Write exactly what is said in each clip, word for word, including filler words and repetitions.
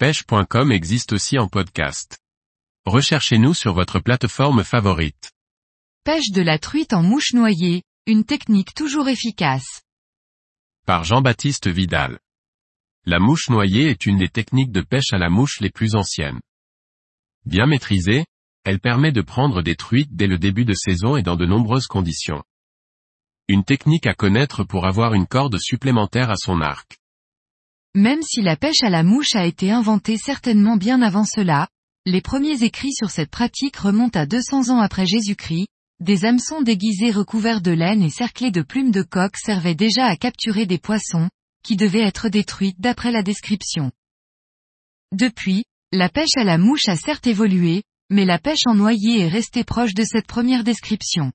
pêche point com existe aussi en podcast. Recherchez-nous sur votre plateforme favorite. Pêche de la truite en mouche noyée, une technique toujours efficace. Par Jean-Baptiste Vidal. La mouche noyée est une des techniques de pêche à la mouche les plus anciennes. Bien maîtrisée, elle permet de prendre des truites dès le début de saison et dans de nombreuses conditions. Une technique à connaître pour avoir une corde supplémentaire à son arc. Même si la pêche à la mouche a été inventée certainement bien avant cela, les premiers écrits sur cette pratique remontent à deux cents ans après Jésus-Christ, des hameçons déguisés recouverts de laine et cerclés de plumes de coq servaient déjà à capturer des poissons, qui devaient être des truites d'après la description. Depuis, la pêche à la mouche a certes évolué, mais la pêche en noyée est restée proche de cette première description.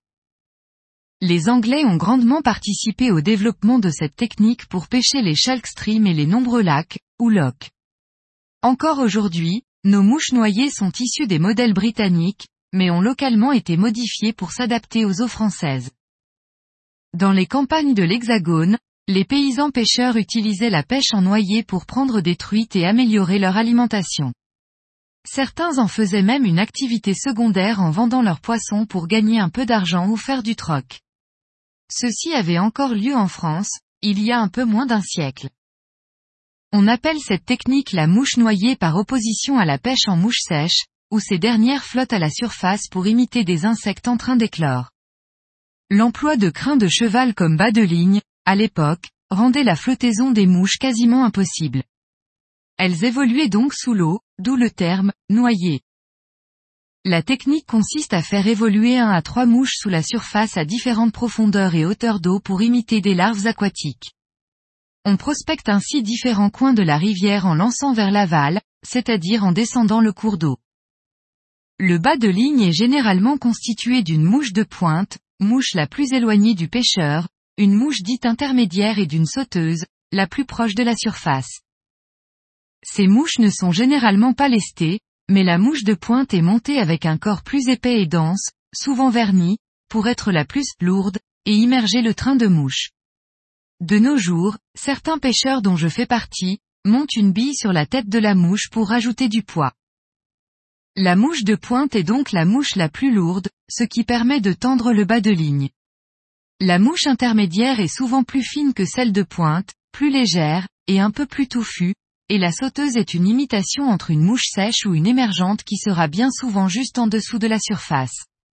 Les Anglais ont grandement participé au développement de cette technique pour pêcher les chalk streams et les nombreux lacs, ou lochs. Encore aujourd'hui, nos mouches noyées sont issues des modèles britanniques, mais ont localement été modifiées pour s'adapter aux eaux françaises. Dans les campagnes de l'Hexagone, les paysans pêcheurs utilisaient la pêche en noyée pour prendre des truites et améliorer leur alimentation. Certains en faisaient même une activité secondaire en vendant leurs poissons pour gagner un peu d'argent ou faire du troc. Ceci avait encore lieu en France, il y a un peu moins d'un siècle. On appelle cette technique la mouche noyée par opposition à la pêche en mouche sèche, où ces dernières flottent à la surface pour imiter des insectes en train d'éclore. L'emploi de crins de cheval comme bas de ligne, à l'époque, rendait la flottaison des mouches quasiment impossible. Elles évoluaient donc sous l'eau, d'où le terme « noyer ». La technique consiste à faire évoluer un à trois mouches sous la surface à différentes profondeurs et hauteurs d'eau pour imiter des larves aquatiques. On prospecte ainsi différents coins de la rivière en lançant vers l'aval, c'est-à-dire en descendant le cours d'eau. Le bas de ligne est généralement constitué d'une mouche de pointe, mouche la plus éloignée du pêcheur, une mouche dite intermédiaire et d'une sauteuse, la plus proche de la surface. Ces mouches ne sont généralement pas lestées, mais la mouche de pointe est montée avec un corps plus épais et dense, souvent verni, pour être la plus lourde, et immerger le train de mouche. De nos jours, certains pêcheurs dont je fais partie, montent une bille sur la tête de la mouche pour rajouter du poids. La mouche de pointe est donc la mouche la plus lourde, ce qui permet de tendre le bas de ligne. La mouche intermédiaire est souvent plus fine que celle de pointe, plus légère, et un peu plus touffue, et la sauteuse est une imitation entre une mouche sèche ou une émergente qui sera bien souvent juste en dessous de la surface.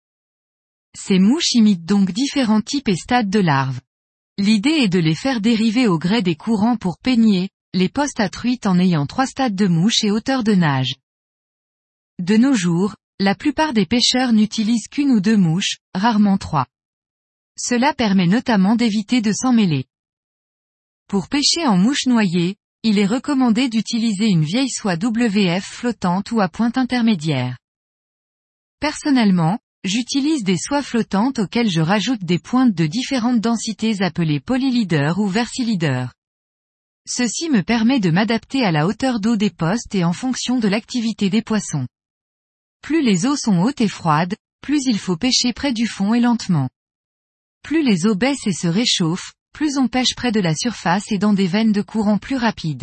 Ces mouches imitent donc différents types et stades de larves. L'idée est de les faire dériver au gré des courants pour peigner, les postes à truites en ayant trois stades de mouche et hauteur de nage. De nos jours, la plupart des pêcheurs n'utilisent qu'une ou deux mouches, rarement trois. Cela permet notamment d'éviter de s'en mêler. Pour pêcher en mouche noyée, il est recommandé d'utiliser une vieille soie W F flottante ou à pointe intermédiaire. Personnellement, j'utilise des soies flottantes auxquelles je rajoute des pointes de différentes densités appelées polyleader ou versileader. Ceci me permet de m'adapter à la hauteur d'eau des postes et en fonction de l'activité des poissons. Plus les eaux sont hautes et froides, plus il faut pêcher près du fond et lentement. Plus les eaux baissent et se réchauffent, plus on pêche près de la surface et dans des veines de courant plus rapides.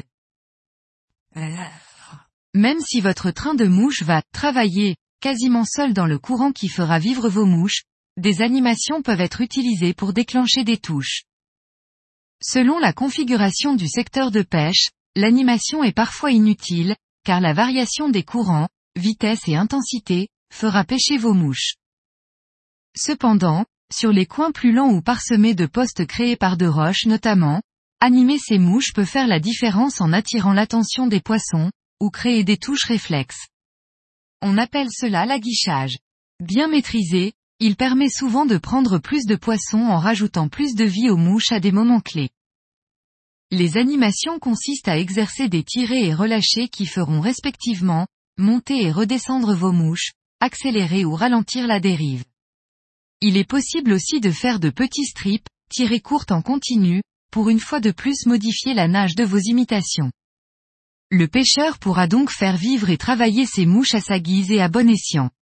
Même si votre train de mouche va travailler quasiment seul dans le courant qui fera vivre vos mouches, des animations peuvent être utilisées pour déclencher des touches. Selon la configuration du secteur de pêche, l'animation est parfois inutile, car la variation des courants, vitesse et intensité, fera pêcher vos mouches. Cependant, sur les coins plus lents ou parsemés de postes créés par de roches notamment, animer ces mouches peut faire la différence en attirant l'attention des poissons, ou créer des touches réflexes. On appelle cela l'aguichage. Bien maîtrisé, il permet souvent de prendre plus de poissons en rajoutant plus de vie aux mouches à des moments clés. Les animations consistent à exercer des tirés et relâchés qui feront respectivement monter et redescendre vos mouches, accélérer ou ralentir la dérive. Il est possible aussi de faire de petits strips, tirées courtes en continu, pour une fois de plus modifier la nage de vos imitations. Le pêcheur pourra donc faire vivre et travailler ses mouches à sa guise et à bon escient.